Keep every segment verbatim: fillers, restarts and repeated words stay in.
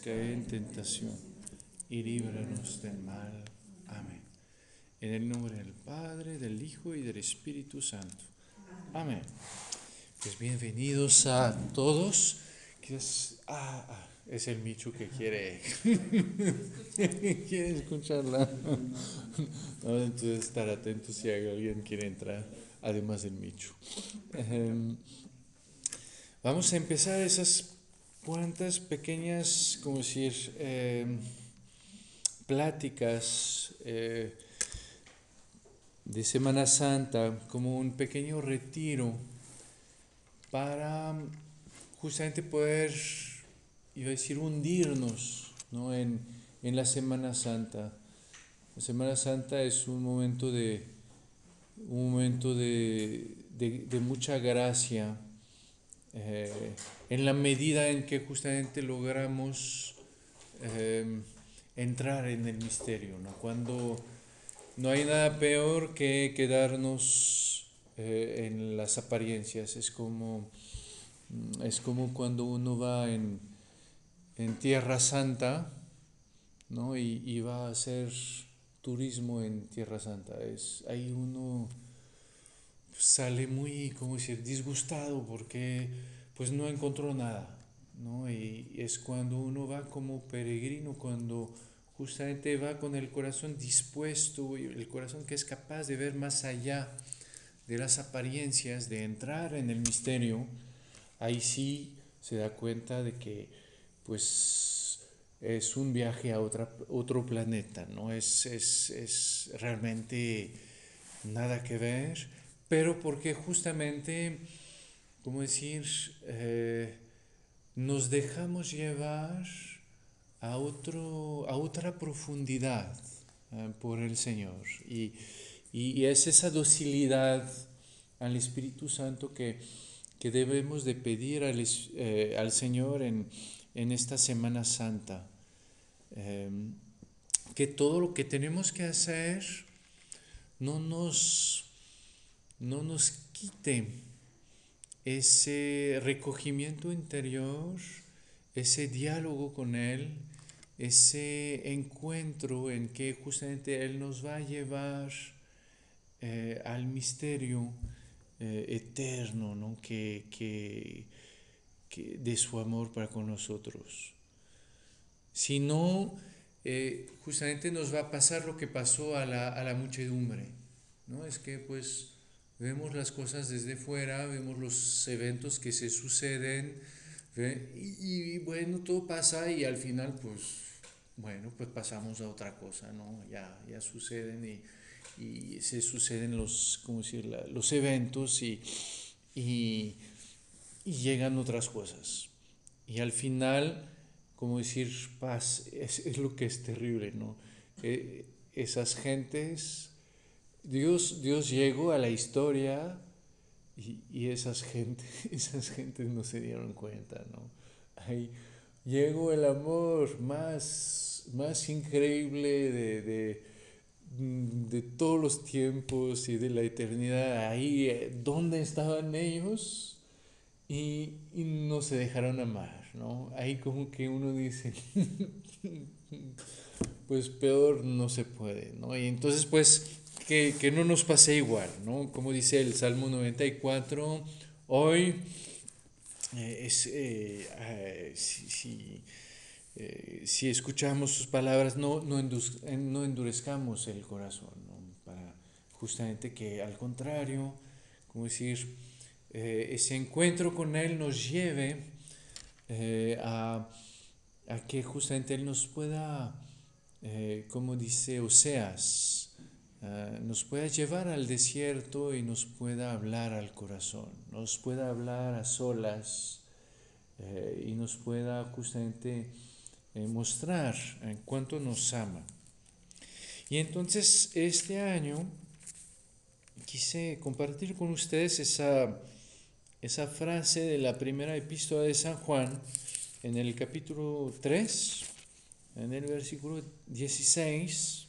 caer en tentación y líbranos del mal. Amén. En el nombre del Padre, del Hijo y del Espíritu Santo. Amén. Pues bienvenidos a todos. Quizás, ah, ah, es el Michu que quiere, quiere escucharla. No, entonces estar atentos si alguien quiere entrar, además del Michu. Um, vamos a empezar esas cuantas pequeñas, como decir, eh, pláticas eh, de Semana Santa, como un pequeño retiro para justamente poder, iba a decir, hundirnos, ¿no? en, en la Semana Santa. La Semana Santa es un momento de, un momento de, de, de mucha gracia, eh, en la medida en que justamente logramos eh, entrar en el misterio, ¿no? Cuando no hay nada peor que quedarnos eh, en las apariencias. Es como, es como cuando uno va en, en Tierra Santa, ¿no? y, y va a hacer turismo en Tierra Santa. Es, ahí uno sale muy, ¿cómo decir?, disgustado porque pues no encontró nada, ¿no? Y es cuando uno va como peregrino, cuando justamente va con el corazón dispuesto, y el corazón que es capaz de ver más allá de las apariencias, de entrar en el misterio. Ahí sí se da cuenta de que pues es un viaje a otra, otro planeta, ¿no? Es, es, es realmente nada que ver, pero porque justamente, ¿cómo decir?, eh, nos dejamos llevar a, otro, a otra profundidad eh, por el Señor. Y, y, y es esa docilidad al Espíritu Santo que, que debemos de pedir al, eh, al Señor en, en esta Semana Santa. Eh, que todo lo que tenemos que hacer no nos, no nos quite ese recogimiento interior, ese diálogo con Él, ese encuentro en que justamente Él nos va a llevar eh, al misterio eh, eterno, ¿no? que, que, que de su amor para con nosotros. Si no, eh, justamente nos va a pasar lo que pasó a la, a la muchedumbre, ¿no? Es que pues vemos las cosas desde fuera, vemos los eventos que se suceden, y, y bueno, todo pasa y al final pues, bueno, pues pasamos a otra cosa, ¿no? Ya, ya suceden y, y se suceden los, ¿cómo decir?, los eventos y, y, y llegan otras cosas. Y al final, como decir, paz, es, es lo que es terrible, ¿no? Eh, esas gentes, Dios, Dios llegó a la historia y, y esas, gente, esas gentes no se dieron cuenta, ¿no? Ahí llegó el amor más, más increíble de, de, de todos los tiempos y de la eternidad. Ahí, ¿dónde estaban ellos? Y, y no se dejaron amar, ¿no? Ahí como que uno dice, pues peor no se puede, ¿no? Y entonces pues que, que no nos pase igual, ¿no? Como dice el Salmo noventa y cuatro, hoy eh, es, eh, eh, si, si, eh, si escuchamos sus palabras, no, no, enduz, no endurezcamos el corazón, ¿no? Para justamente que al contrario, como decir, eh, ese encuentro con Él nos lleve eh, a, a que justamente Él nos pueda, eh, como dice Oseas, uh, nos pueda llevar al desierto y nos pueda hablar al corazón, nos pueda hablar a solas eh, y nos pueda justamente eh, mostrar en cuánto nos ama. Y entonces este año quise compartir con ustedes esa, esa frase de la primera epístola de San Juan en el capítulo tres, en el versículo dieciséis.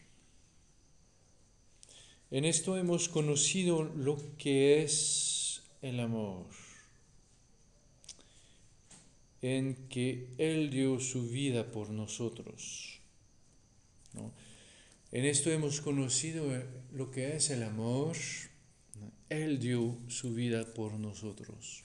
En esto hemos conocido lo que es el amor. en que Él dio su vida por nosotros, ¿no? En esto hemos conocido lo que es el amor. Él dio su vida por nosotros.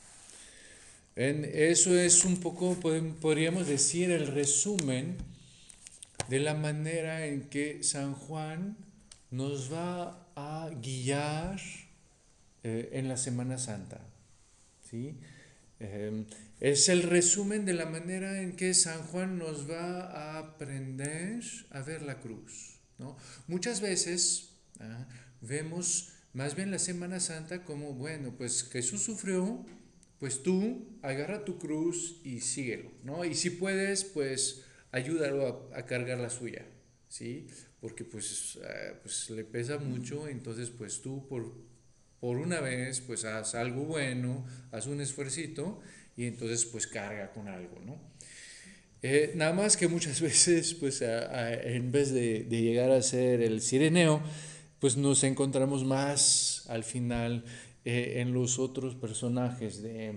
En eso es un poco, podríamos decir, el resumen de la manera en que San Juan nos va a guiar eh, en la Semana Santa, ¿sí? Eh, es el resumen de la manera en que San Juan nos va a aprender a ver la cruz, ¿no? Muchas veces ¿ah? vemos más bien la Semana Santa como, bueno, pues Jesús sufrió, pues tú agarra tu cruz y síguelo, ¿no? Y si puedes, pues ayúdalo a, a cargar la suya, ¿sí? Porque pues, uh, pues le pesa mucho, entonces pues tú por, por una vez, pues haz algo bueno, haz un esfuercito y entonces pues carga con algo, ¿no? Eh, nada más que muchas veces, pues a, a, en vez de, de llegar a ser el cireneo, pues nos encontramos más al final eh, en los otros personajes de,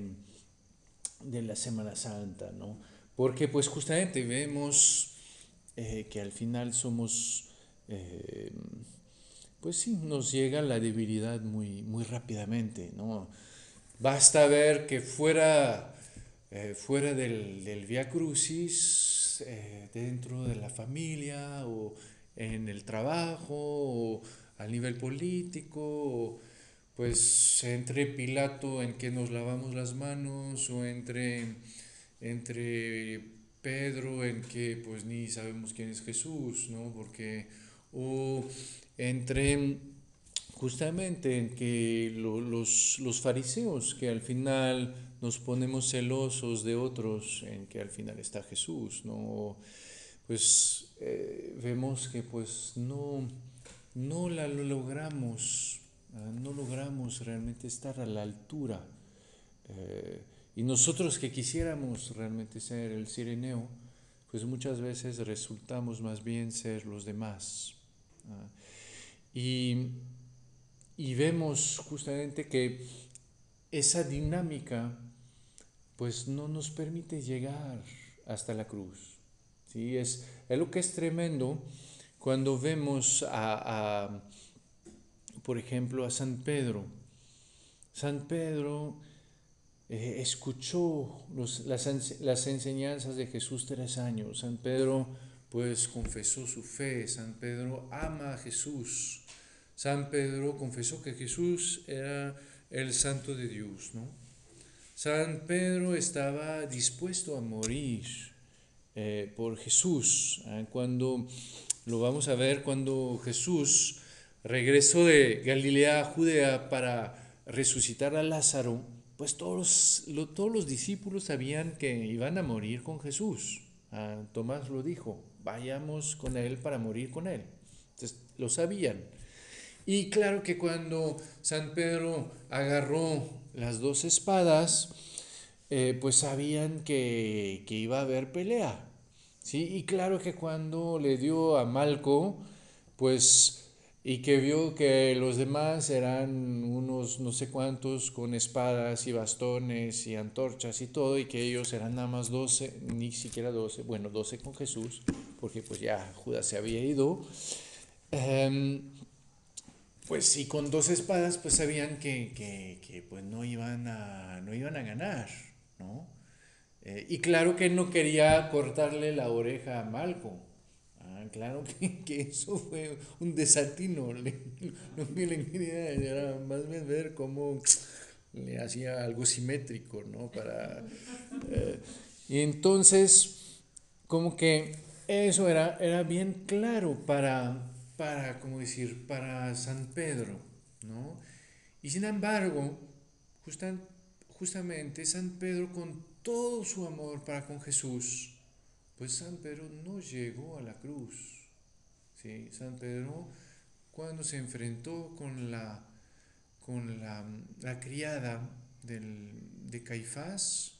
de la Semana Santa, ¿no? Porque pues justamente vemos eh, que al final somos, eh, pues sí, nos llega la debilidad muy, muy rápidamente, ¿no? Basta ver que fuera, eh, fuera del, del Vía Crucis, eh, dentro de la familia o en el trabajo o a nivel político, o pues entre Pilato en que nos lavamos las manos o entre, entre Pedro en que pues ni sabemos quién es Jesús, ¿no? Porque, o entre justamente en que lo, los, los fariseos que al final nos ponemos celosos de otros, en que al final está Jesús, ¿no? Pues eh, vemos que pues no, no la lo logramos, ¿eh? No logramos realmente estar a la altura. Eh, y nosotros que quisiéramos realmente ser el cireneo, pues muchas veces resultamos más bien ser los demás. ¿eh? Y, y vemos justamente que esa dinámica pues no nos permite llegar hasta la cruz. ¿Sí? Es, es lo que es tremendo cuando vemos a, a, por ejemplo, a San Pedro. San Pedro eh, escuchó los, las, las enseñanzas de Jesús tres años. San Pedro pues confesó su fe. San Pedro ama a Jesús. San Pedro confesó que Jesús era el Santo de Dios, ¿no? San Pedro estaba dispuesto a morir eh, por Jesús. ¿eh? Cuando lo vamos a ver, cuando Jesús regresó de Galilea a Judea para resucitar a Lázaro, pues todos, lo, todos los discípulos sabían que iban a morir con Jesús. Ah, Tomás lo dijo, vayamos con él para morir con él. Entonces lo sabían. Y claro que cuando San Pedro agarró las dos espadas, eh, pues sabían que, que iba a haber pelea. ¿Sí? Y claro que cuando le dio a Malco, pues, y que vio que los demás eran unos no sé cuántos con espadas y bastones y antorchas y todo, y que ellos eran nada más doce, ni siquiera doce, bueno, doce con Jesús, porque pues ya Judas se había ido. Eh, pues y con dos espadas pues sabían que, que, que, pues no iban a, no iban a ganar, ¿no? Eh, y claro que no quería cortarle la oreja a Malco. Ah, claro que, que eso fue un desatino. Le, lo que le quería era más bien ver cómo le hacía algo simétrico, ¿no? Para, eh, y entonces, como que eso era, era bien claro para, para, ¿cómo decir?, para San Pedro, ¿no? Y sin embargo, justan, justamente San Pedro con todo su amor para con Jesús, pues San Pedro no llegó a la cruz, ¿sí? San Pedro cuando se enfrentó con la, con la, la criada del, de Caifás,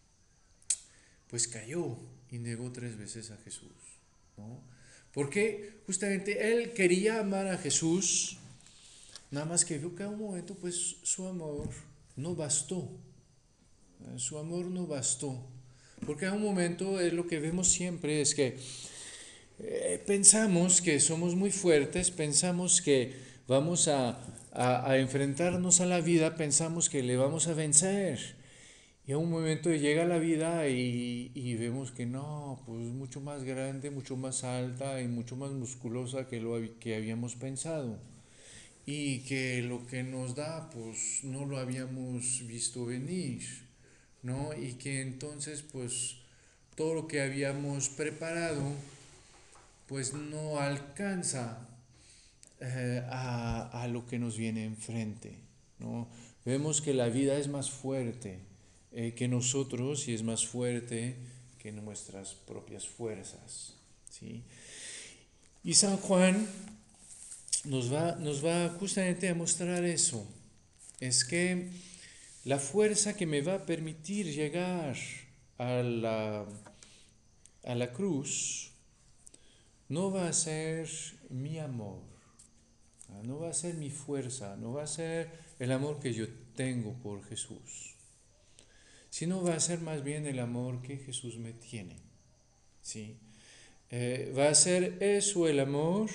pues cayó y negó tres veces a Jesús, ¿no? Porque justamente él quería amar a Jesús, nada más que vio que a un momento pues su amor no bastó, su amor no bastó Porque a un momento es lo que vemos siempre, es que eh, pensamos que somos muy fuertes, pensamos que vamos a, a, a enfrentarnos a la vida, pensamos que le vamos a vencer. Y a un momento llega la vida y, y vemos que no, pues mucho más grande, mucho más alta y mucho más musculosa que lo que habíamos pensado. Y que lo que nos da, pues no lo habíamos visto venir, ¿no? Y que entonces, pues todo lo que habíamos preparado, pues no alcanza eh, a, a lo que nos viene enfrente, ¿no? Vemos que la vida es más fuerte eh, que nosotros y es más fuerte que nuestras propias fuerzas, ¿sí? Y San Juan nos va, nos va justamente a mostrar eso, es que la fuerza que me va a permitir llegar a la, a la cruz no va a ser mi amor, no va a ser mi fuerza, no va a ser el amor que yo tengo por Jesús, sino va a ser más bien el amor que Jesús me tiene, ¿sí? Eh, va a ser eso el amor,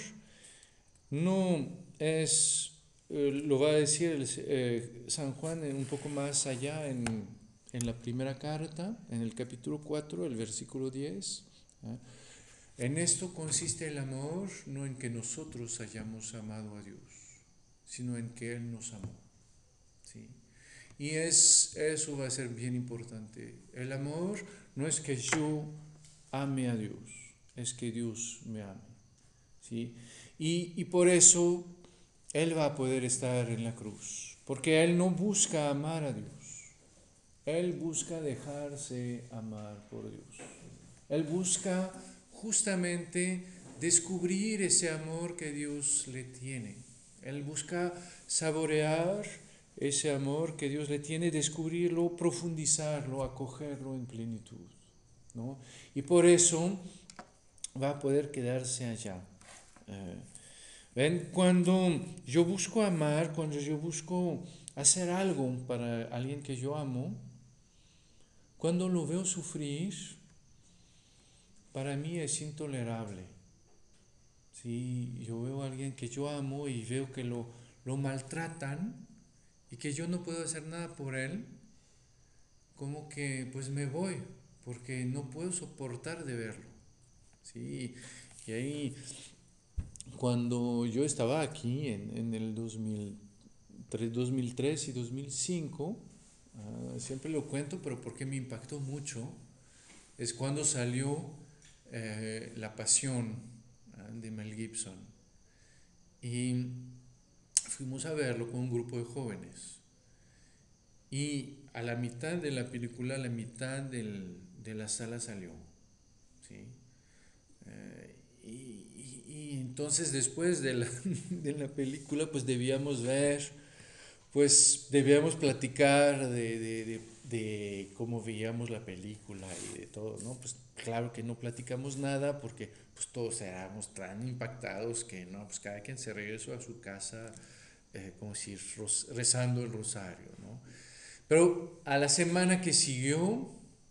no es, eh, lo va a decir el, eh, San Juan un poco más allá en, en la primera carta, en el capítulo cuatro, el versículo diez. ¿eh? En esto consiste el amor, no en que nosotros hayamos amado a Dios, sino en que Él nos amó. ¿Sí? Y es, eso va a ser bien importante. El amor no es que yo ame a Dios, es que Dios me ame. ¿Sí? Y, y por eso Él va a poder estar en la cruz, porque Él no busca amar a Dios, Él busca dejarse amar por Dios. Él busca justamente descubrir ese amor que Dios le tiene. Él busca saborear ese amor que Dios le tiene, descubrirlo, profundizarlo, acogerlo en plenitud, ¿no? Y por eso va a poder quedarse allá. Eh, ¿Ven? Cuando yo busco amar, cuando yo busco hacer algo para alguien que yo amo, cuando lo veo sufrir, para mí es intolerable. Si yo veo a alguien que yo amo y veo que lo, lo maltratan y que yo no puedo hacer nada por él, como que pues me voy, porque no puedo soportar de verlo. ¿Sí? Y ahí, cuando yo estaba aquí en, en el dos mil tres, dos mil tres y dos mil cinco, uh, siempre lo cuento, pero porque me impactó mucho, es cuando salió eh, La Pasión uh, de Mel Gibson. Y fuimos a verlo con un grupo de jóvenes. Y a la mitad de la película, a la mitad del, de la sala salió. ¿Sí? Eh, y, y, y entonces después de la, de la película, pues debíamos ver, pues debíamos platicar de, de, de, de cómo veíamos la película y de todo, ¿no? Pues claro que no platicamos nada porque pues todos éramos tan impactados que no, pues cada quien se regresó a su casa eh, como si rezando el rosario, ¿no? Pero a la semana que siguió,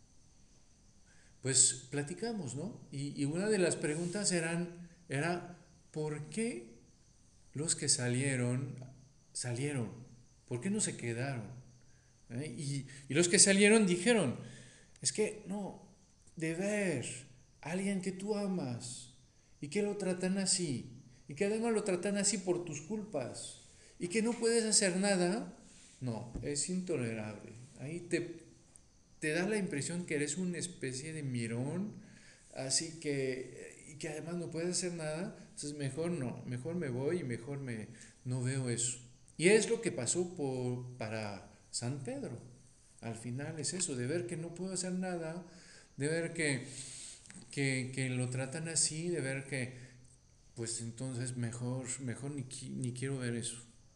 pues platicamos, ¿no? Y, y una de las preguntas eran, era, ¿por qué los que salieron, salieron? ¿Por qué no se quedaron? ¿Eh? Y, y los que salieron dijeron, es que no, de ver a alguien que tú amas y que lo tratan así, y que además lo tratan así por tus culpas, y que no puedes hacer nada, no, es intolerable. Ahí te, te da la impresión que eres una especie de mirón, así que, y que además no puedes hacer nada, entonces mejor no, mejor me voy y mejor me, no veo eso. Y es lo que pasó por, para San Pedro. Al final es eso, de ver que no puedo hacer nada, de ver que, que, que lo tratan así, de ver que, pues entonces mejor, mejor ni, ni quiero ver eso.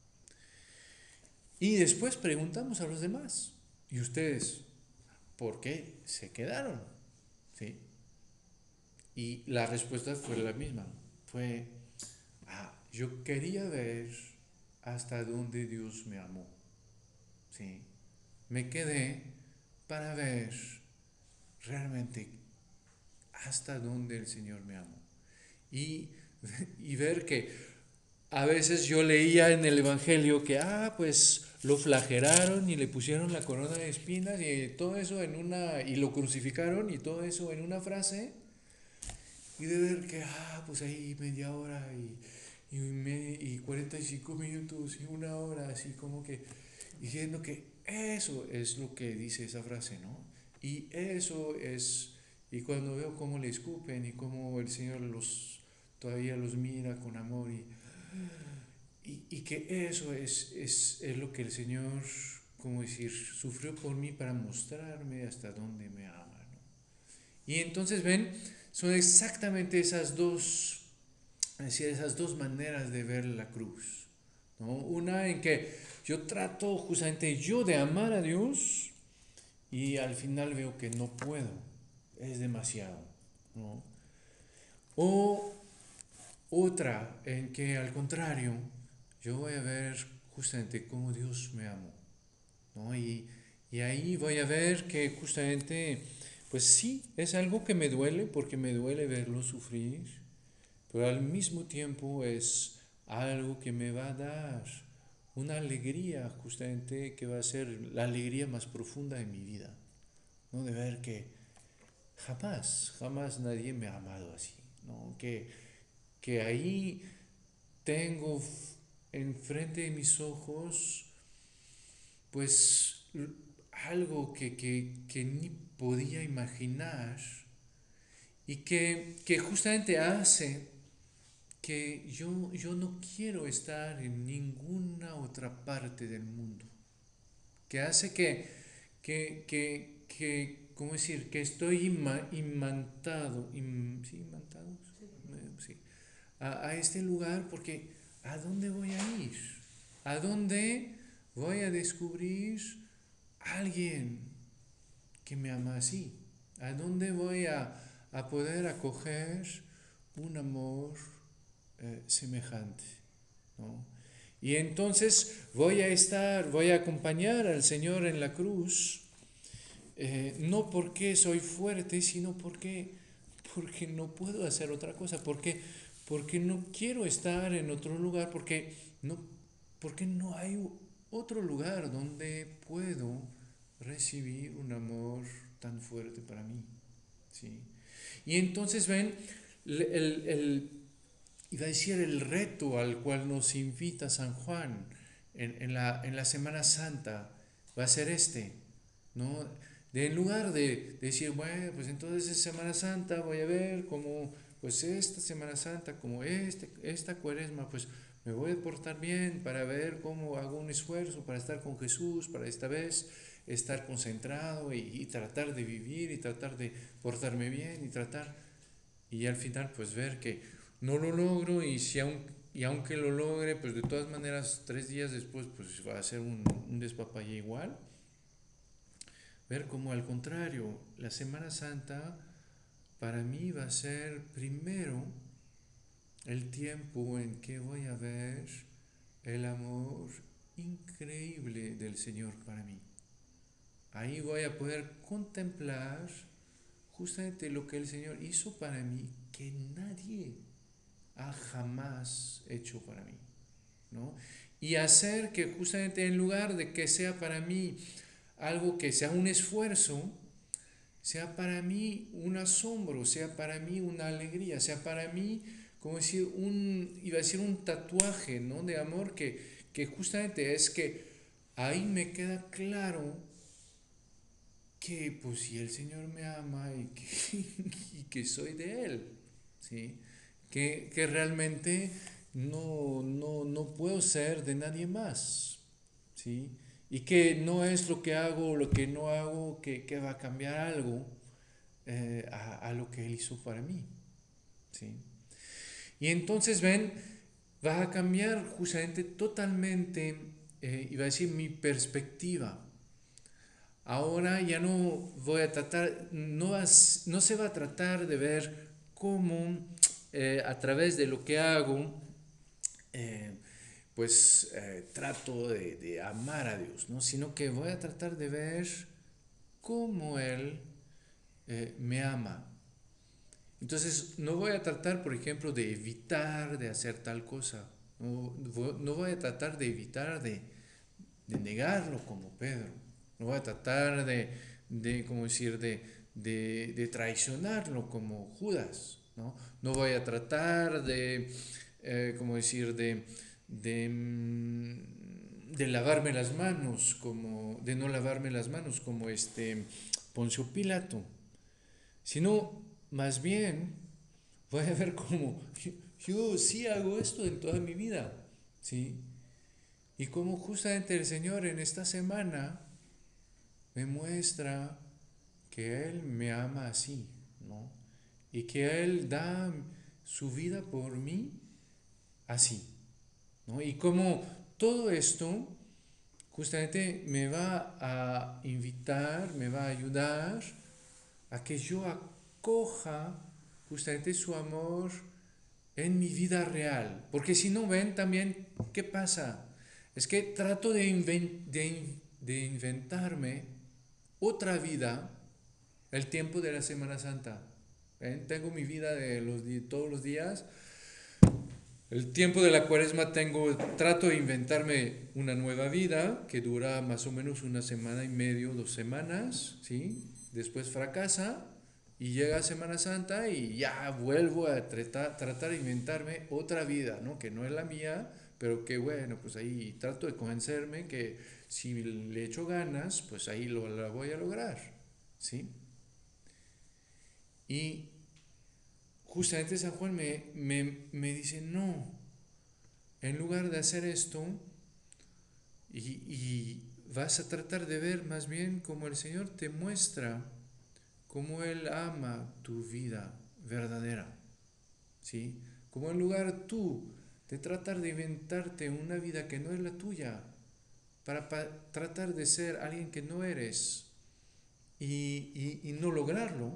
Y después preguntamos a los demás, ¿y ustedes por qué se quedaron? ¿Sí? Y la respuesta fue la misma, fue, ah, yo quería ver hasta dónde Dios me amó. ¿Sí? Me quedé para ver realmente hasta dónde el Señor me amó. Y, y ver que a veces yo leía en el Evangelio que, ah, pues lo flagelaron y le pusieron la corona de espinas y todo eso en una, y lo crucificaron y todo eso en una frase, y de ver que, ah, pues ahí media hora y, y, me, y cuarenta y cinco minutos y una hora, así como que diciendo que eso es lo que dice esa frase, ¿no? Y eso es, y cuando veo cómo le escupen y cómo el Señor los todavía los mira con amor y, y, y que eso es, es, es lo que el Señor, como decir, sufrió por mí para mostrarme hasta dónde me ama, ¿no? Y entonces ven, son exactamente esas dos, es decir, esas dos maneras de ver la cruz, ¿no? Una en que yo trato justamente yo de amar a Dios y al final veo que no puedo, es demasiado, ¿no? O otra en que al contrario, yo voy a ver justamente cómo Dios me amó, ¿no? Y, y ahí voy a ver que justamente, pues sí, es algo que me duele porque me duele verlo sufrir, pero al mismo tiempo es algo que me va a dar una alegría justamente que va a ser la alegría más profunda de mi vida, ¿no? De ver que jamás, jamás nadie me ha amado así, ¿no? Que, que ahí tengo enfrente de mis ojos pues algo que, que, que ni podía imaginar y que, que justamente hace que yo, yo no quiero estar en ninguna otra parte del mundo, que hace que, que, que, que ¿cómo decir? Que estoy ima, imantado, im, ¿sí, imantado? Eh, sí, a, a este lugar porque ¿a dónde voy a ir? ¿A dónde voy a descubrir a alguien que me ama así? ¿A dónde voy a, a poder acoger un amor eh, semejante, ¿no? Y entonces voy a estar, voy a acompañar al Señor en la cruz, eh, no porque soy fuerte, sino porque, porque no puedo hacer otra cosa, porque, porque no quiero estar en otro lugar, porque no, porque no hay otro lugar donde puedo recibir un amor tan fuerte para mí, ¿sí? Y entonces ven, el, el, el iba a decir el reto al cual nos invita San Juan en, en, la, en la Semana Santa va a ser este, ¿no? De, en lugar de, de decir, bueno, pues entonces es Semana Santa, voy a ver cómo, pues esta Semana Santa, como este, esta cuaresma, pues me voy a portar bien para ver cómo hago un esfuerzo para estar con Jesús, para esta vez estar concentrado y, y tratar de vivir y tratar de portarme bien y tratar, y al final pues ver que no lo logro y, si aun, y aunque lo logre, pues de todas maneras tres días después pues va a ser un, un despapalle igual. Ver como al contrario, la Semana Santa para mí va a ser primero el tiempo en que voy a ver el amor increíble del Señor para mí. Ahí voy a poder contemplar justamente lo que el Señor hizo para mí que nadie ha jamás hecho para mí, ¿no? Y hacer que justamente en lugar de que sea para mí algo que sea un esfuerzo, sea para mí un asombro, sea para mí una alegría, sea para mí, como decir, un, iba a decir un tatuaje, ¿no? De amor que, que justamente es que ahí me queda claro que pues si el Señor me ama y que, y que soy de Él, ¿sí? Que, que realmente no, no, no puedo ser de nadie más, ¿sí? Y que no es lo que hago o lo que no hago que, que va a cambiar algo eh, a, a lo que Él hizo para mí, ¿sí? Y entonces ven, va a cambiar justamente totalmente, eh, iba a decir, mi perspectiva. Ahora ya no voy a tratar, no, vas, no se va a tratar de ver cómo eh, a través de lo que hago, eh, pues eh, trato de, de amar a Dios, ¿no? Sino que voy a tratar de ver cómo Él eh, me ama. Entonces no voy a tratar, por ejemplo, de evitar de hacer tal cosa. No, no voy a tratar de evitar de, de negarlo como Pedro. No voy a tratar de, de como decir, de, de, de traicionarlo como Judas. No, no voy a tratar de, eh, como decir, de, de, mm, de lavarme las manos, como, de no lavarme las manos como este Poncio Pilato, sino más bien voy a ver cómo yo, yo sí hago esto en toda mi vida, ¿sí? Y cómo justamente el Señor en esta semana me muestra que Él me ama así, ¿no? Y que Él da su vida por mí así, ¿no? Y como todo esto justamente me va a invitar, me va a ayudar a que yo acoja justamente su amor en mi vida real. Porque si no ven también, ¿qué pasa? Es que trato de, inven de, de inventarme otra vida el tiempo de la Semana Santa. ¿Ven? Tengo mi vida de los de todos los días. El tiempo de la cuaresma tengo, trato de inventarme una nueva vida que dura más o menos una semana y medio, dos semanas, ¿sí? Después fracasa y llega Semana Santa y ya vuelvo a tratar, tratar de inventarme otra vida, ¿no? Que no es la mía, pero que bueno, pues ahí trato de convencerme que si le echo ganas, pues ahí lo, la voy a lograr, ¿sí? Y justamente San Juan me, me, me dice, no, en lugar de hacer esto, y, y vas a tratar de ver más bien cómo el Señor te muestra cómo Él ama tu vida verdadera, ¿sí? Como en lugar tú de tratar de inventarte una vida que no es la tuya, para, para tratar de ser alguien que no eres y, y, y no lograrlo,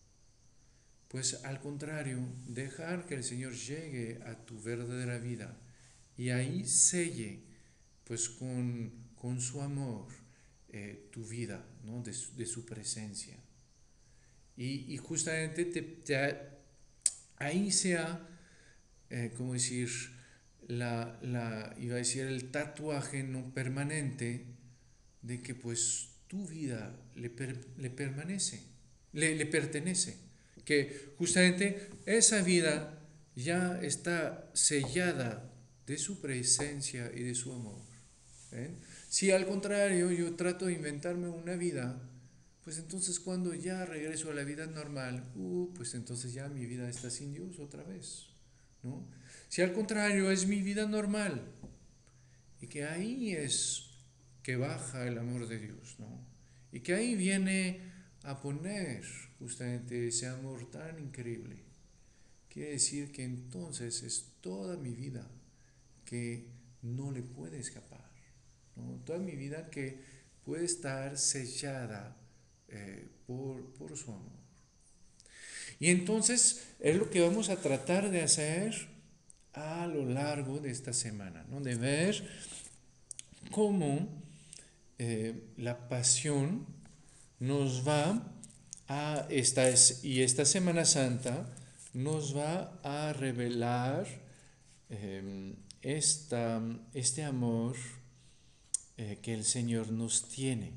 pues al contrario, dejar que el Señor llegue a tu verdadera vida y ahí selle pues con, con su amor eh, tu vida, ¿no? de, su, de su presencia. Y, y justamente te, te, ahí sea, eh, como decir, la, la, iba a decir el tatuaje no permanente de que pues tu vida le, per, le permanece, le, le pertenece, que justamente esa vida ya está sellada de su presencia y de su amor. ¿Eh? Si al contrario yo trato de inventarme una vida, pues entonces cuando ya regreso a la vida normal, uh, pues entonces ya mi vida está sin Dios otra vez, ¿no? Si al contrario es mi vida normal y que ahí es que baja el amor de Dios, ¿no? Y que ahí viene a poner justamente ese amor tan increíble. Quiere decir que entonces es toda mi vida que no le puede escapar, ¿no? Toda mi vida que puede estar sellada eh, por, por su amor. Y entonces es lo que vamos a tratar de hacer a lo largo de esta semana, ¿no? De ver cómo eh, la pasión nos va a, esta es, y esta Semana Santa nos va a revelar eh, esta, este amor eh, que el Señor nos tiene.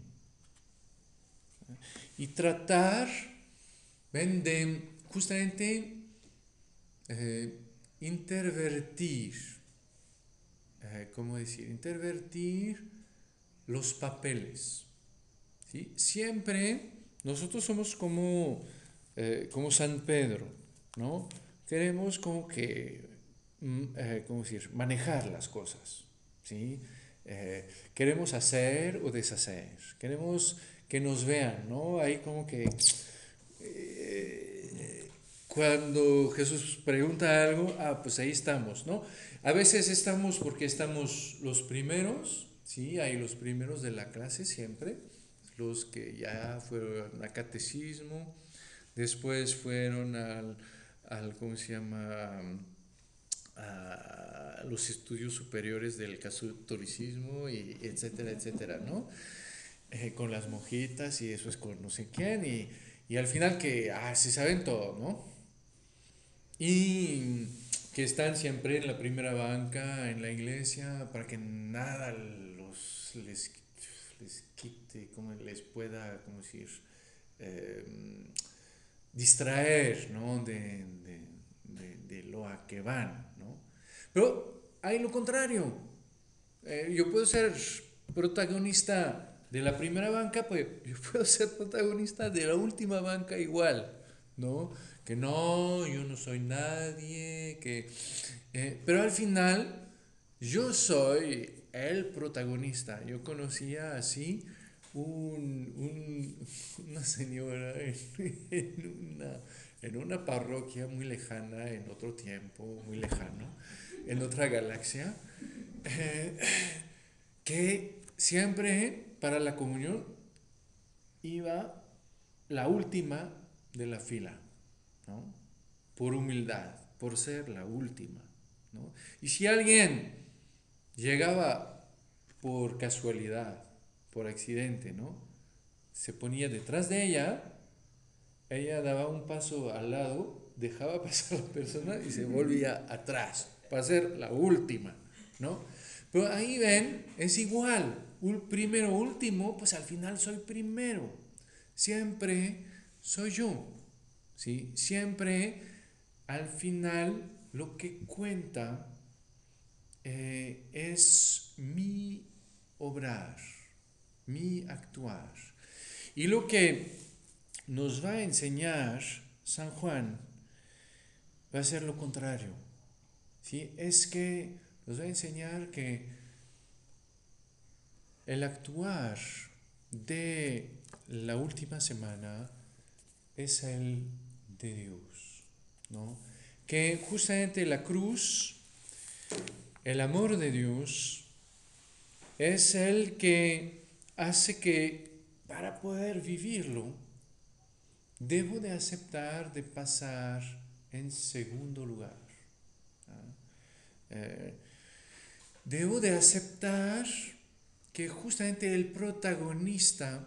Y tratar, ven, de justamente eh, intervertir, eh, ¿cómo decir? Intervertir los papeles, ¿sí? Siempre nosotros somos como, eh, como San Pedro, ¿no? Queremos como que, mm, eh, ¿cómo decir? Manejar las cosas, ¿sí? Eh, queremos hacer o deshacer, queremos que nos vean, ¿no? Ahí como que eh, cuando Jesús pregunta algo, ah, pues ahí estamos, ¿no? A veces estamos porque estamos los primeros, ¿sí? Hay los primeros de la clase siempre, los que ya fueron a catecismo, después fueron al, al ¿cómo se llama? A los estudios superiores del catolicismo, y etcétera, etcétera, ¿no? Eh, con las monjitas y eso es con no sé quién, y, y al final que ah, se saben todo, ¿no? Y que están siempre en la primera banca en la iglesia para que nada los les, les quite, como les pueda, como decir, eh, distraer, ¿no? De, de, de, de lo a que van, ¿no? Pero hay lo contrario. Eh, yo puedo ser protagonista de la primera banca, pues yo puedo ser protagonista de la última banca igual, ¿no? Que no, yo no soy nadie, que... eh, pero al final yo soy el protagonista. Yo conocía así un, un- una señora en, en una, en una parroquia muy lejana, en otro tiempo, muy lejano, en otra galaxia, eh, que siempre para la comunión iba la última de la fila, ¿no? Por humildad, por ser la última, ¿no? Y si alguien llegaba por casualidad, por accidente, ¿no? Se ponía detrás de ella, ella daba un paso al lado, dejaba pasar a la persona y se volvía atrás para ser la última, ¿no? Pero ahí ven, es igual, un primero último, pues al final soy primero. Siempre soy yo, ¿sí? Siempre al final lo que cuenta eh, es mi obrar, mi actuar. Y lo que nos va a enseñar San Juan va a ser lo contrario. ¿Sí? Es que nos va a enseñar que el actuar de la última semana es el de Dios, ¿no? Que justamente la cruz, el amor de Dios, es el que hace que para poder vivirlo, debo de aceptar de pasar en segundo lugar. ¿Ah? Eh, debo de aceptar que justamente el protagonista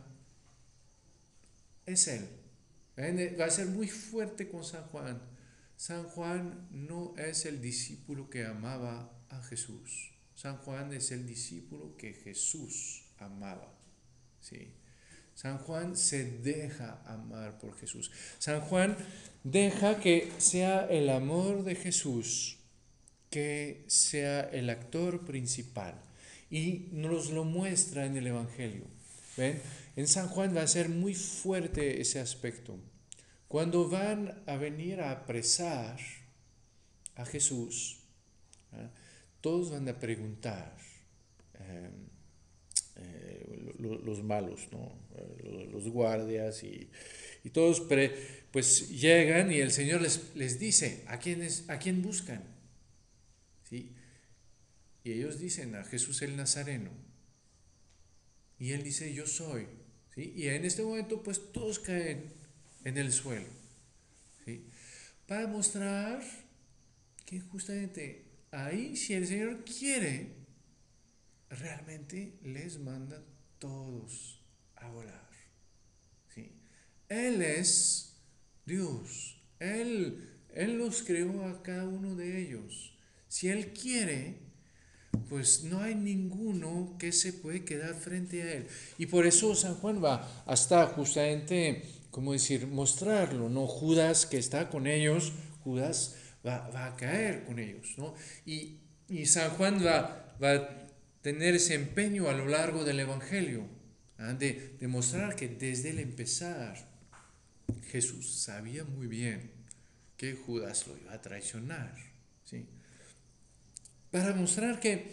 es Él. Va a ser muy fuerte con San Juan. San Juan no es el discípulo que amaba a Jesús. San Juan es el discípulo que Jesús amaba. ¿Sí? San Juan se deja amar por Jesús. San Juan deja que sea el amor de Jesús que sea el actor principal. Y nos lo muestra en el Evangelio. ¿Ven? En San Juan va a ser muy fuerte ese aspecto. Cuando van a venir a apresar a Jesús, ¿eh? Todos van a preguntar, eh, eh, lo, los malos, ¿no? Eh, los guardias y, y todos pre, pues llegan y el Señor les, les dice, ¿a quién, es, ¿a quién buscan? ¿Sí? Y ellos dicen a Jesús el Nazareno. Y él dice, yo soy. ¿Sí? Y en este momento pues todos caen en el suelo. ¿Sí? Para mostrar que justamente ahí, si el Señor quiere, realmente les manda todos a volar. ¿Sí? Él es Dios. Él, Él los creó a cada uno de ellos. Si Él quiere, pues no hay ninguno que se puede quedar frente a Él. Y por eso San Juan va hasta justamente, ¿cómo decir?, mostrarlo, ¿no? Judas que está con ellos, Judas va, va a caer con ellos, ¿no? Y, y San Juan va, va a tener ese empeño a lo largo del Evangelio, ¿ah? de, de mostrar que desde el empezar Jesús sabía muy bien que Judas lo iba a traicionar, ¿sí? Para mostrar que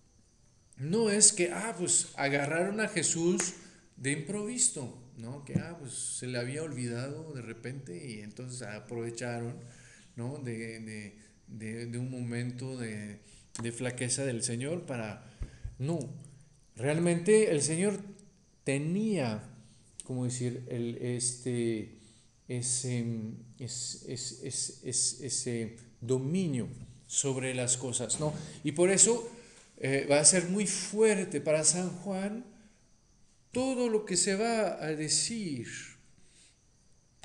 no es que, ah, pues agarraron a Jesús de improviso, ¿no? Que, ah, pues se le había olvidado de repente y entonces aprovecharon, ¿no? De, de, de, de un momento de, de flaqueza del Señor para... No, realmente el Señor tenía, como decir, el, este, ese, es, es, es, es, ese dominio sobre las cosas, ¿no? Y por eso eh, va a ser muy fuerte para San Juan todo lo que se va a decir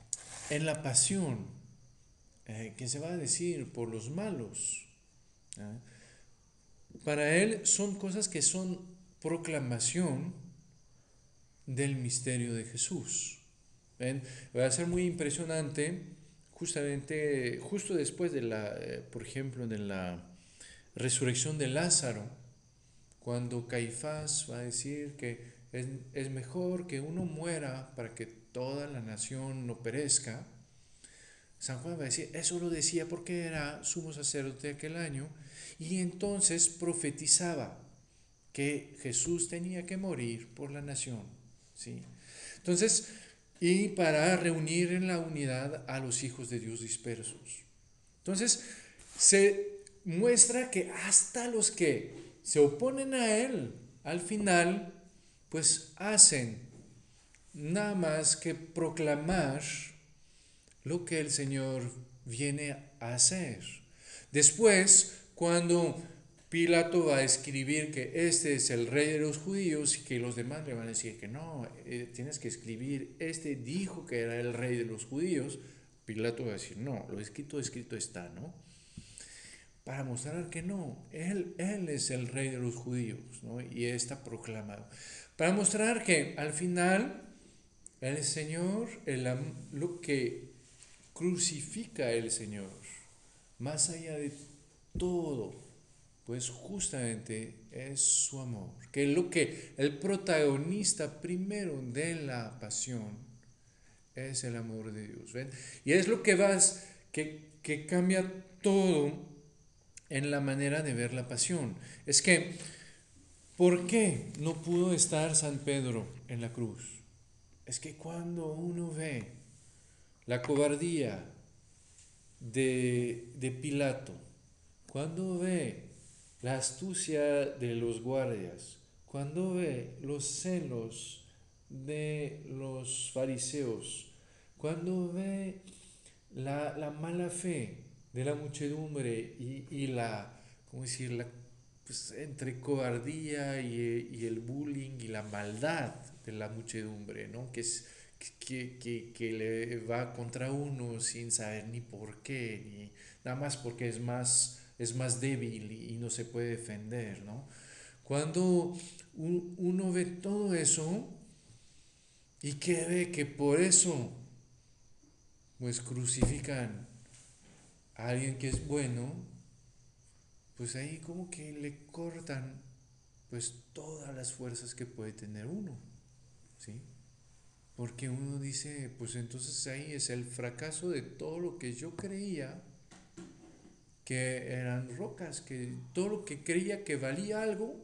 en la pasión, eh, que se va a decir por los malos. ¿eh? Para él son cosas que son proclamación del misterio de Jesús. ¿Ven? Va a ser muy impresionante, justamente, justo después de la, eh, por ejemplo, de la resurrección de Lázaro, cuando Caifás va a decir que es, es mejor que uno muera para que toda la nación no perezca. San Juan va a decir, eso lo decía porque era sumo sacerdote aquel año y entonces profetizaba que Jesús tenía que morir por la nación, ¿sí? Entonces, y para reunir en la unidad a los hijos de Dios dispersos. Entonces, se muestra que hasta los que se oponen a él, al final, pues hacen nada más que proclamar lo que el Señor viene a hacer. Después, cuando Pilato va a escribir que este es el rey de los judíos y que los demás le van a decir que no, eh, tienes que escribir, este dijo que era el rey de los judíos, Pilato va a decir, no, lo escrito, escrito está, ¿no? Para mostrar que no, él, él es el rey de los judíos, ¿no? Y está proclamado. Para mostrar que al final el Señor, el, lo que crucifica el Señor, más allá de todo, pues justamente es su amor, que es lo que el protagonista primero de la pasión es el amor de Dios, ¿ven? Y es lo que vas, que, que cambia todo en la manera de ver la pasión. Es que, ¿por qué no pudo estar San Pedro en la cruz? Es que cuando uno ve la cobardía de, de Pilato, cuando ve la astucia de los guardias, cuando ve los celos de los fariseos, cuando ve la, la mala fe de la muchedumbre y, y la, ¿cómo decir? La, pues, entre cobardía y, y el bullying y la maldad de la muchedumbre, ¿no? Que es que, que, que le va contra uno sin saber ni por qué, ni nada más porque es más, es más débil y, y no se puede defender, ¿no? Cuando un, uno ve todo eso y que ve que por eso pues crucifican a alguien que es bueno, pues ahí como que le cortan pues todas las fuerzas que puede tener uno, ¿sí? Porque uno dice, pues entonces ahí es el fracaso de todo lo que yo creía que eran rocas, que todo lo que creía que valía algo,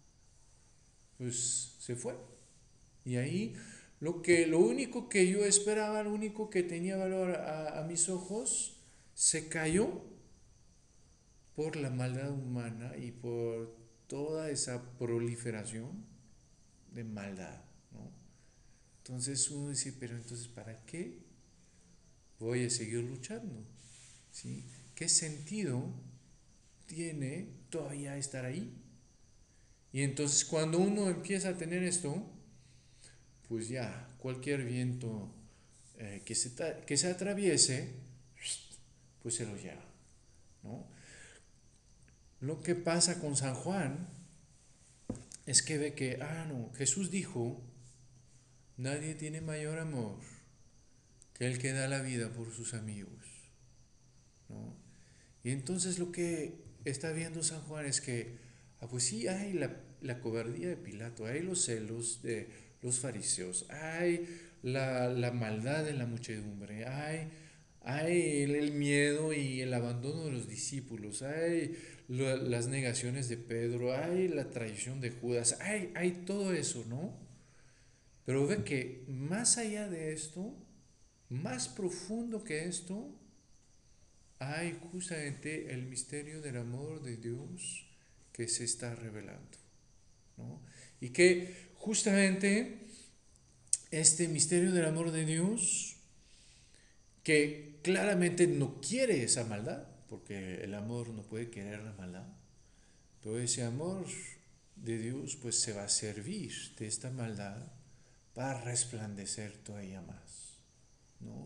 pues se fue. Y ahí lo que lo único que yo esperaba, lo único que tenía valor a, a mis ojos, se cayó por la maldad humana y por toda esa proliferación de maldad, ¿no? Entonces uno dice, pero entonces ¿para qué voy a seguir luchando? ¿Sí? ¿Qué sentido tiene todavía estar ahí? Y entonces cuando uno empieza a tener esto, pues ya cualquier viento eh, que, se que se atraviese, pues se lo lleva, ¿no? Lo que pasa con San Juan es que ve que, ah, no, Jesús dijo, nadie tiene mayor amor que el que da la vida por sus amigos, ¿no? Y entonces lo que está viendo San Juan es que, ah, pues sí, hay la, la cobardía de Pilato, hay los celos de los fariseos, hay la, la maldad de la muchedumbre, hay, hay el, el miedo y el abandono de los discípulos, hay lo, las negaciones de Pedro, hay la traición de Judas, hay, hay todo eso, ¿no? Pero ve que más allá de esto, más profundo que esto, hay justamente el misterio del amor de Dios que se está revelando, ¿no? Y que justamente este misterio del amor de Dios, que claramente no quiere esa maldad, porque el amor no puede querer la maldad, pero ese amor de Dios pues se va a servir de esta maldad para resplandecer todavía más, ¿no?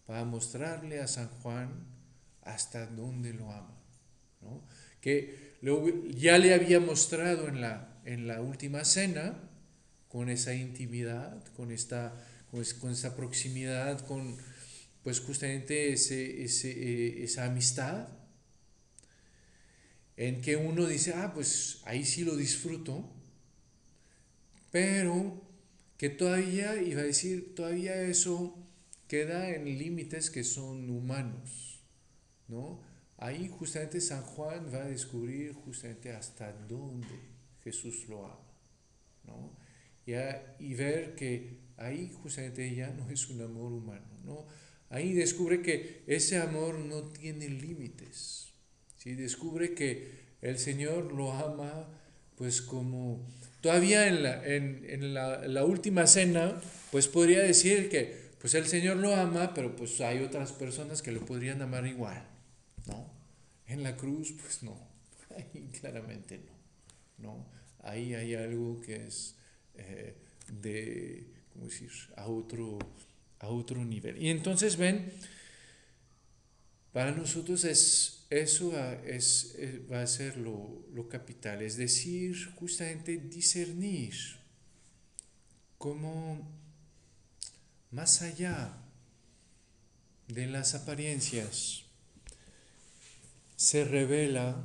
para mostrarle a San Juan hasta dónde lo ama, ¿no? Que lo, ya le había mostrado en la, en la última cena, con esa intimidad, con esta, pues, con esa proximidad, con pues justamente ese, ese, eh, esa amistad, en que uno dice, ah, pues ahí sí lo disfruto, pero que todavía, iba a decir, todavía eso queda en límites que son humanos, ¿no? Ahí justamente San Juan va a descubrir justamente hasta dónde Jesús lo ama, ¿no? Ya, y ver que ahí justamente ya no es un amor humano, ¿no? Ahí descubre que ese amor no tiene límites, ¿sí? Descubre que el Señor lo ama pues como... Todavía en la, en, en la, la última cena pues podría decir que pues el Señor lo ama, pero pues hay otras personas que lo podrían amar igual, ¿no? En la cruz pues no, ahí claramente no, ¿no? Ahí hay algo que es eh, de, ¿cómo decir?, a otro, a otro nivel. Y entonces ven, para nosotros es, eso va, es, va a ser lo, lo capital, es decir, justamente discernir cómo más allá de las apariencias se revela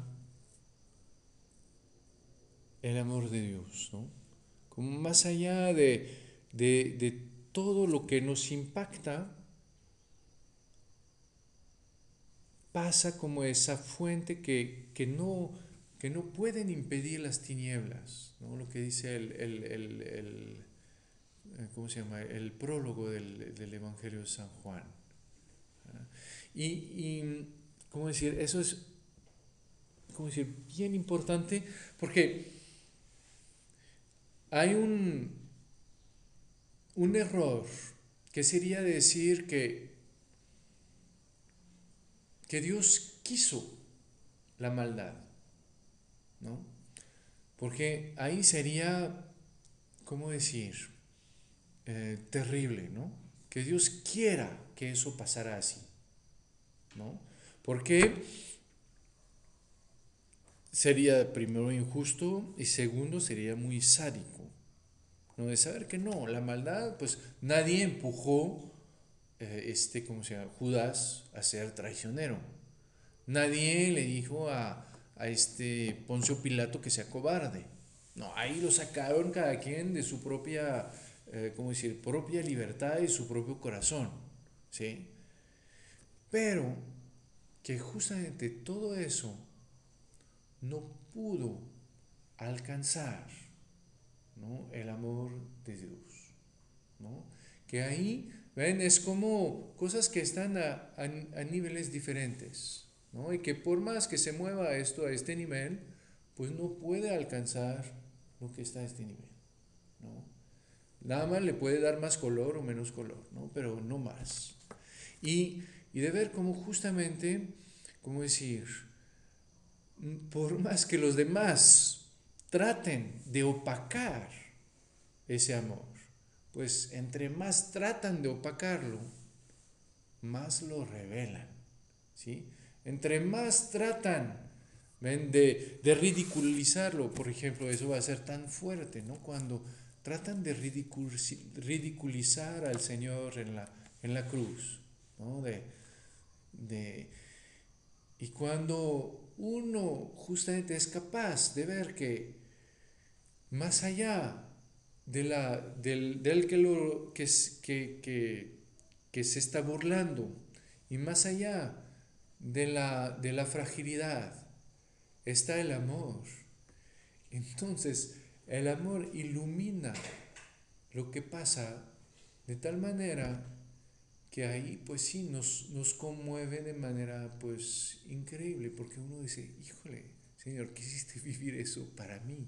el amor de Dios, ¿no? Como más allá de, de, de todo lo que nos impacta, pasa como esa fuente que, que, no, que no pueden impedir las tinieblas, ¿no? Lo que dice el, el, el, el ¿cómo se llama?, el prólogo del, del Evangelio de San Juan. Y, y, ¿cómo decir? Eso es, ¿cómo decir?, bien importante, porque hay un, un error que sería decir que, que Dios quiso la maldad, ¿no? Porque ahí sería, ¿cómo decir?, eh, terrible, ¿no? Que Dios quiera que eso pasara así, ¿no? Porque sería primero injusto y segundo sería muy sádico, ¿no? De saber que no, la maldad, pues nadie empujó, eh, este, ¿cómo se llama?, Judas a ser traicionero. Nadie le dijo a, a este Poncio Pilato que sea cobarde. No, ahí lo sacaron cada quien de su propia, eh, ¿cómo decir?, propia libertad y su propio corazón, ¿sí? Pero que justamente todo eso no pudo alcanzar, ¿no?, el amor de Dios, ¿no? Que ahí, ven, es como cosas que están a, a, a niveles diferentes, ¿no? Y que por más que se mueva esto a este nivel, pues no puede alcanzar lo que está a este nivel, ¿no? Nada más le puede dar más color o menos color, ¿no? Pero no más. Y, y de ver cómo justamente, ¿cómo decir?, por más que los demás traten de opacar ese amor, pues entre más tratan de opacarlo, más lo revelan, ¿sí? Entre más tratan, ¿ven?, de, de ridiculizarlo, por ejemplo, eso va a ser tan fuerte, ¿no? Cuando tratan de ridiculizar al Señor en la, en la cruz, ¿no? De, de, y cuando uno justamente es capaz de ver que más allá de la, del, del que, lo, que, que, que, que se está burlando y más allá de la, de la fragilidad está el amor, entonces el amor ilumina lo que pasa de tal manera que ahí pues sí nos, nos conmueve de manera pues increíble, porque uno dice, híjole, Señor, quisiste vivir eso para mí,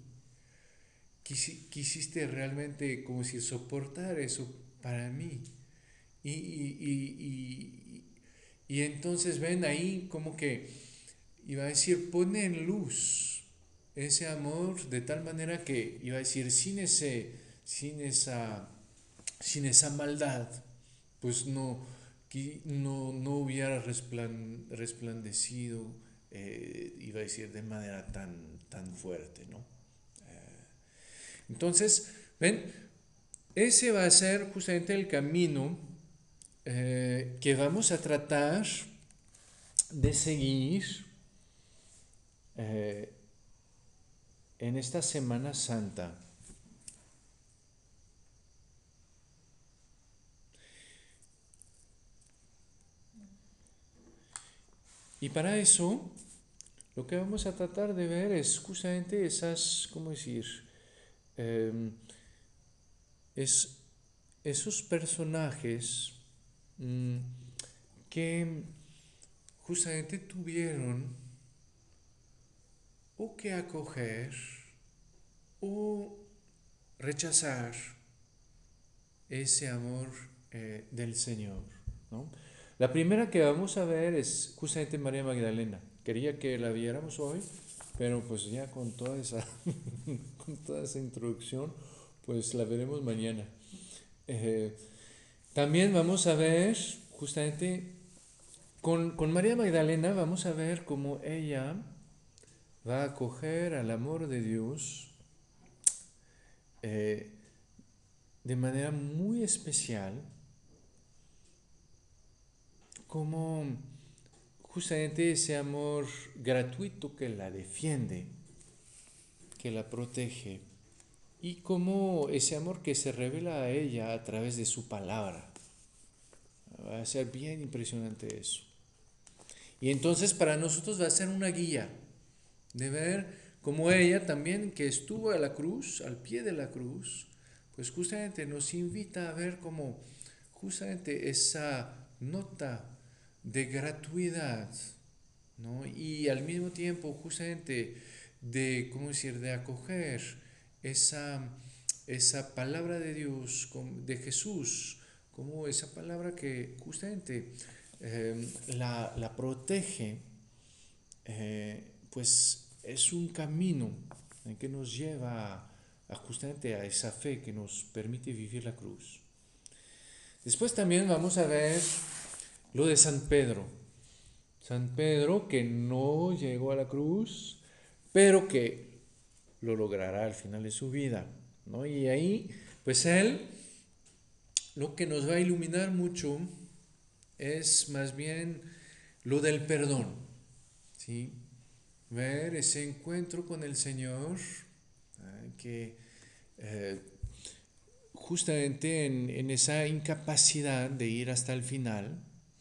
quisiste realmente como si soportar eso para mí, y, y, y, y, y entonces ven ahí como que, iba a decir, pone en luz ese amor de tal manera que, iba a decir, sin ese, sin esa, sin esa maldad, pues no, que no, no hubiera resplan- resplandecido, eh, iba a decir, de manera tan, tan fuerte, ¿no? Eh, entonces, ven, ese va a ser justamente el camino eh, que vamos a tratar de seguir eh, en esta Semana Santa. Y para eso, lo que vamos a tratar de ver es justamente esas, ¿cómo decir? Eh, es, esos personajes mm, que justamente tuvieron o que acoger o rechazar ese amor eh, del Señor, ¿no? La primera que vamos a ver es justamente María Magdalena. Quería que la viéramos hoy, pero pues ya con toda esa, con toda esa introducción, pues la veremos mañana. Eh, también vamos a ver justamente con, con María Magdalena, vamos a ver cómo ella va a acoger al amor de Dios eh, de manera muy especial, como justamente ese amor gratuito que la defiende, que la protege, y como ese amor que se revela a ella a través de su palabra. Va a ser bien impresionante eso. Y entonces para nosotros va a ser una guía de ver cómo ella también, que estuvo a la cruz, al pie de la cruz, pues justamente nos invita a ver cómo justamente esa nota de gratuidad, ¿no? Y al mismo tiempo justamente de, ¿cómo decir?, de acoger esa, esa palabra de Dios, de Jesús, como esa palabra que justamente eh, la, la protege, eh, pues es un camino en que nos lleva a, a justamente a esa fe que nos permite vivir la cruz. Después también vamos a ver lo de San Pedro. San Pedro que no llegó a la cruz, pero que lo logrará al final de su vida, ¿no? Y ahí, pues él, lo que nos va a iluminar mucho es más bien lo del perdón, ¿sí? Ver ese encuentro con el Señor, ¿eh? que eh, justamente en, en esa incapacidad de ir hasta el final,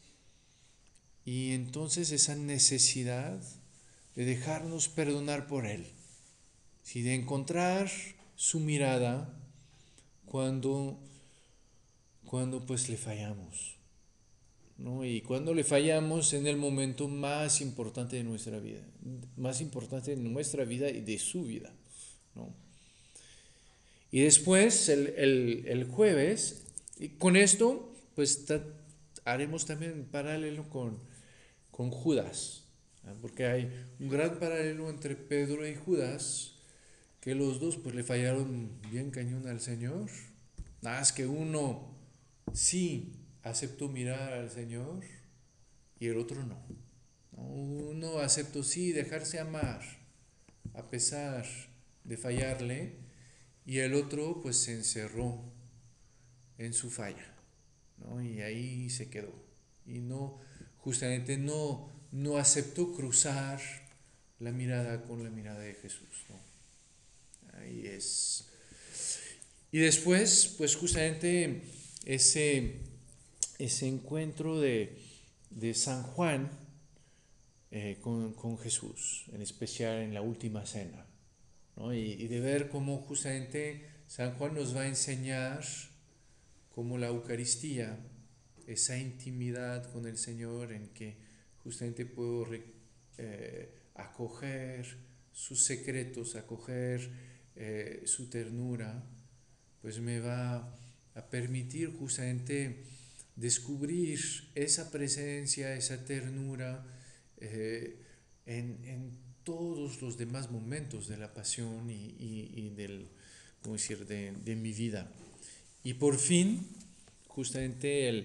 y entonces esa necesidad de dejarnos perdonar por Él, ¿sí? De encontrar su mirada cuando, cuando pues le fallamos, ¿no? Y cuando le fallamos en el momento más importante de nuestra vida, más importante de nuestra vida y de su vida, ¿no? Y después, el, el, el jueves, y con esto, pues ta, haremos también paralelo con, con Judas, ¿eh? Porque hay un gran paralelo entre Pedro y Judas, que los dos pues le fallaron bien cañón al Señor. Nada más que uno sí aceptó mirar al Señor y el otro no. Uno aceptó sí dejarse amar a pesar de fallarle, y el otro pues se encerró en su falla, ¿no? Y ahí se quedó. Y no, justamente no, no aceptó cruzar la mirada con la mirada de Jesús, ¿no? Ahí es. Y después, pues justamente ese, ese encuentro de, de San Juan eh, con, con Jesús, en especial en la última cena, ¿no? Y, y de ver cómo justamente San Juan nos va a enseñar cómo la Eucaristía, esa intimidad con el Señor en que justamente puedo eh, acoger sus secretos, acoger eh, su ternura, pues me va a permitir justamente descubrir esa presencia, esa ternura eh, en, en todos los demás momentos de la pasión y, y, y del, ¿cómo decir?, de, de mi vida. Y por fin, justamente el,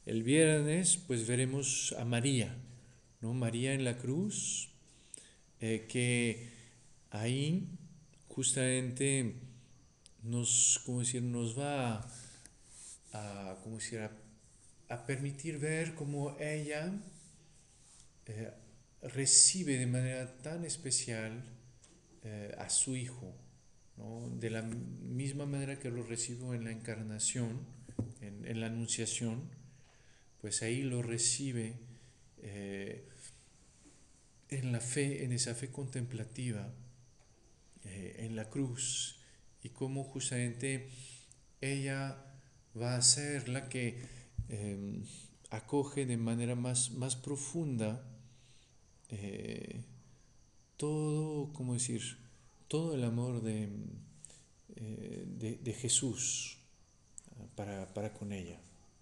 el viernes pues veremos a María, ¿no? María en la cruz, eh, que ahí justamente nos, ¿cómo decir? Nos va a, a, ¿cómo decir? a, a permitir ver cómo ella eh, recibe de manera tan especial eh, a su hijo, ¿no? De la misma manera que lo recibo en la encarnación, en, en la anunciación, pues ahí lo recibe eh, en la fe, en esa fe contemplativa, eh, en la cruz, y cómo justamente ella va a ser la que eh, acoge de manera más, más profunda eh, todo, ¿cómo decir? Todo el amor de, eh, de, de Jesús para, para con ella.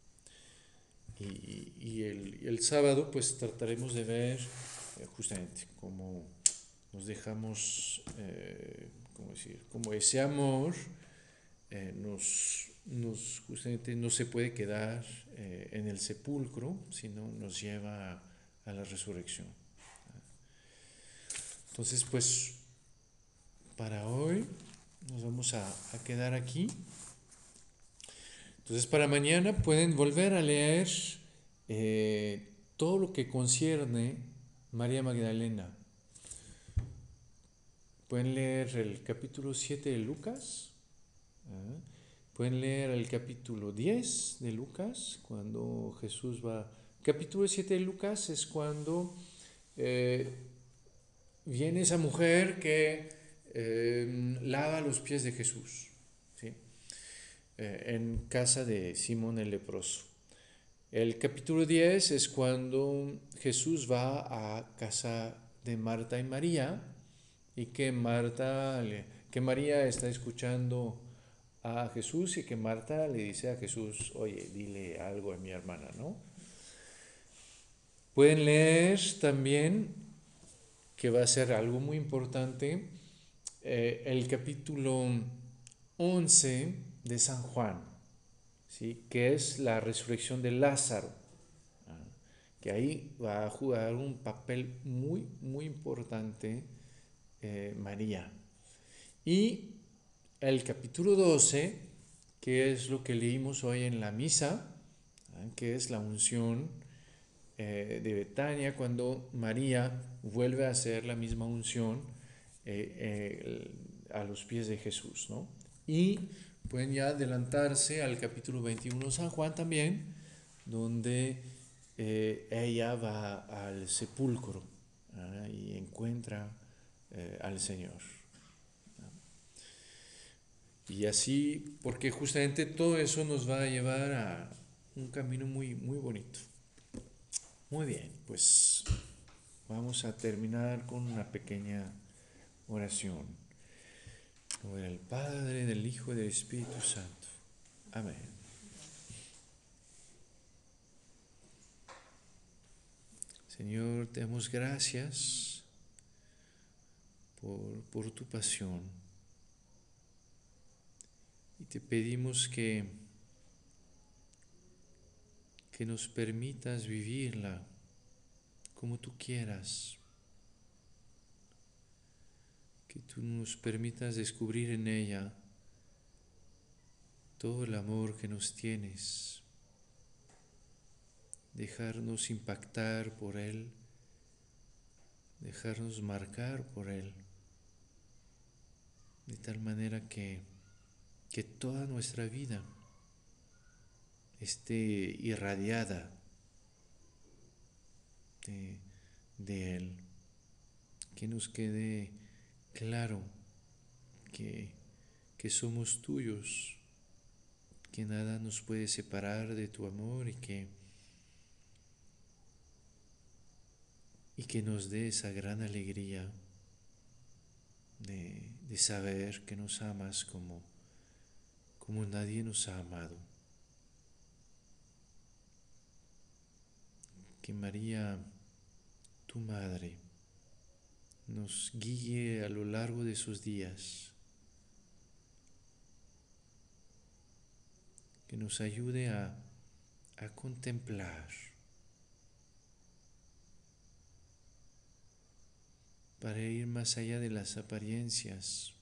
Y, y, el, y el sábado pues trataremos de ver eh, justamente cómo nos dejamos, eh, ¿cómo decir? Como ese amor eh, nos, nos justamente no se puede quedar eh, en el sepulcro, sino nos lleva a, a la resurrección. Entonces pues para hoy nos vamos a, a quedar aquí. Entonces para mañana pueden volver a leer eh, todo lo que concierne María Magdalena. Pueden leer el capítulo siete de Lucas, ¿eh? Pueden leer el capítulo diez de Lucas, cuando Jesús va... Capítulo siete de Lucas es cuando eh, viene esa mujer que eh, lava los pies de Jesús, ¿sí? Eh, en casa de Simón el leproso. El capítulo diez es cuando Jesús va a casa de Marta y María y que Marta, le, que María está escuchando a Jesús y que Marta le dice a Jesús, oye, dile algo a mi hermana, ¿no? Pueden leer también, que va a ser algo muy importante, eh, el capítulo once de San Juan, ¿sí? Que es la resurrección de Lázaro, ¿ah? Que ahí va a jugar un papel muy, muy importante eh, María. Y el capítulo doce, que es lo que leímos hoy en la misa, ¿ah? Que es la unción eh, de Betania, cuando María vuelve a hacer la misma unción eh, eh, a los pies de Jesús, ¿no? Y pueden ya adelantarse al capítulo veintiuno de San Juan también, donde eh, ella va al sepulcro, ¿ah? Y encuentra eh, al Señor. Y así, porque justamente todo eso nos va a llevar a un camino muy, muy bonito. Muy bien, pues vamos a terminar con una pequeña oración. En nombre del Padre, del Hijo y del Espíritu Santo. Amén. Señor, te damos gracias por, por tu pasión. Y te pedimos que, que nos permitas vivirla como tú quieras. Que tú nos permitas descubrir en ella todo el amor que nos tienes. Dejarnos impactar por Él, dejarnos marcar por Él, de tal manera que, que toda nuestra vida esté irradiada de, de Él, que nos quede claro que, que somos tuyos, que nada nos puede separar de tu amor y que, y que nos dé esa gran alegría de, de saber que nos amas como, como nadie nos ha amado. Que María, tu Madre, nos guíe a lo largo de sus días, que nos ayude a, a contemplar, para ir más allá de las apariencias.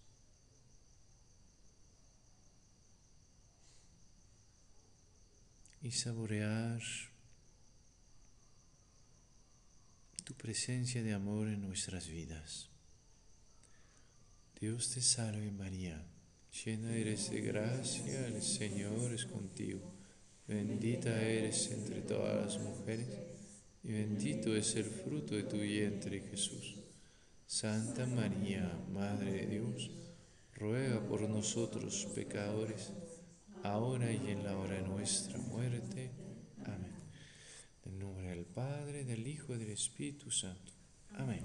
Y saborear tu presencia de amor en nuestras vidas. Dios te salve María, llena eres de gracia, el Señor es contigo. Bendita eres entre todas las mujeres, y bendito es el fruto de tu vientre Jesús. Santa María, Madre de Dios, ruega por nosotros pecadores, ahora y en la hora de nuestra muerte. Amén. En nombre del Padre, del Hijo y del Espíritu Santo. Amén.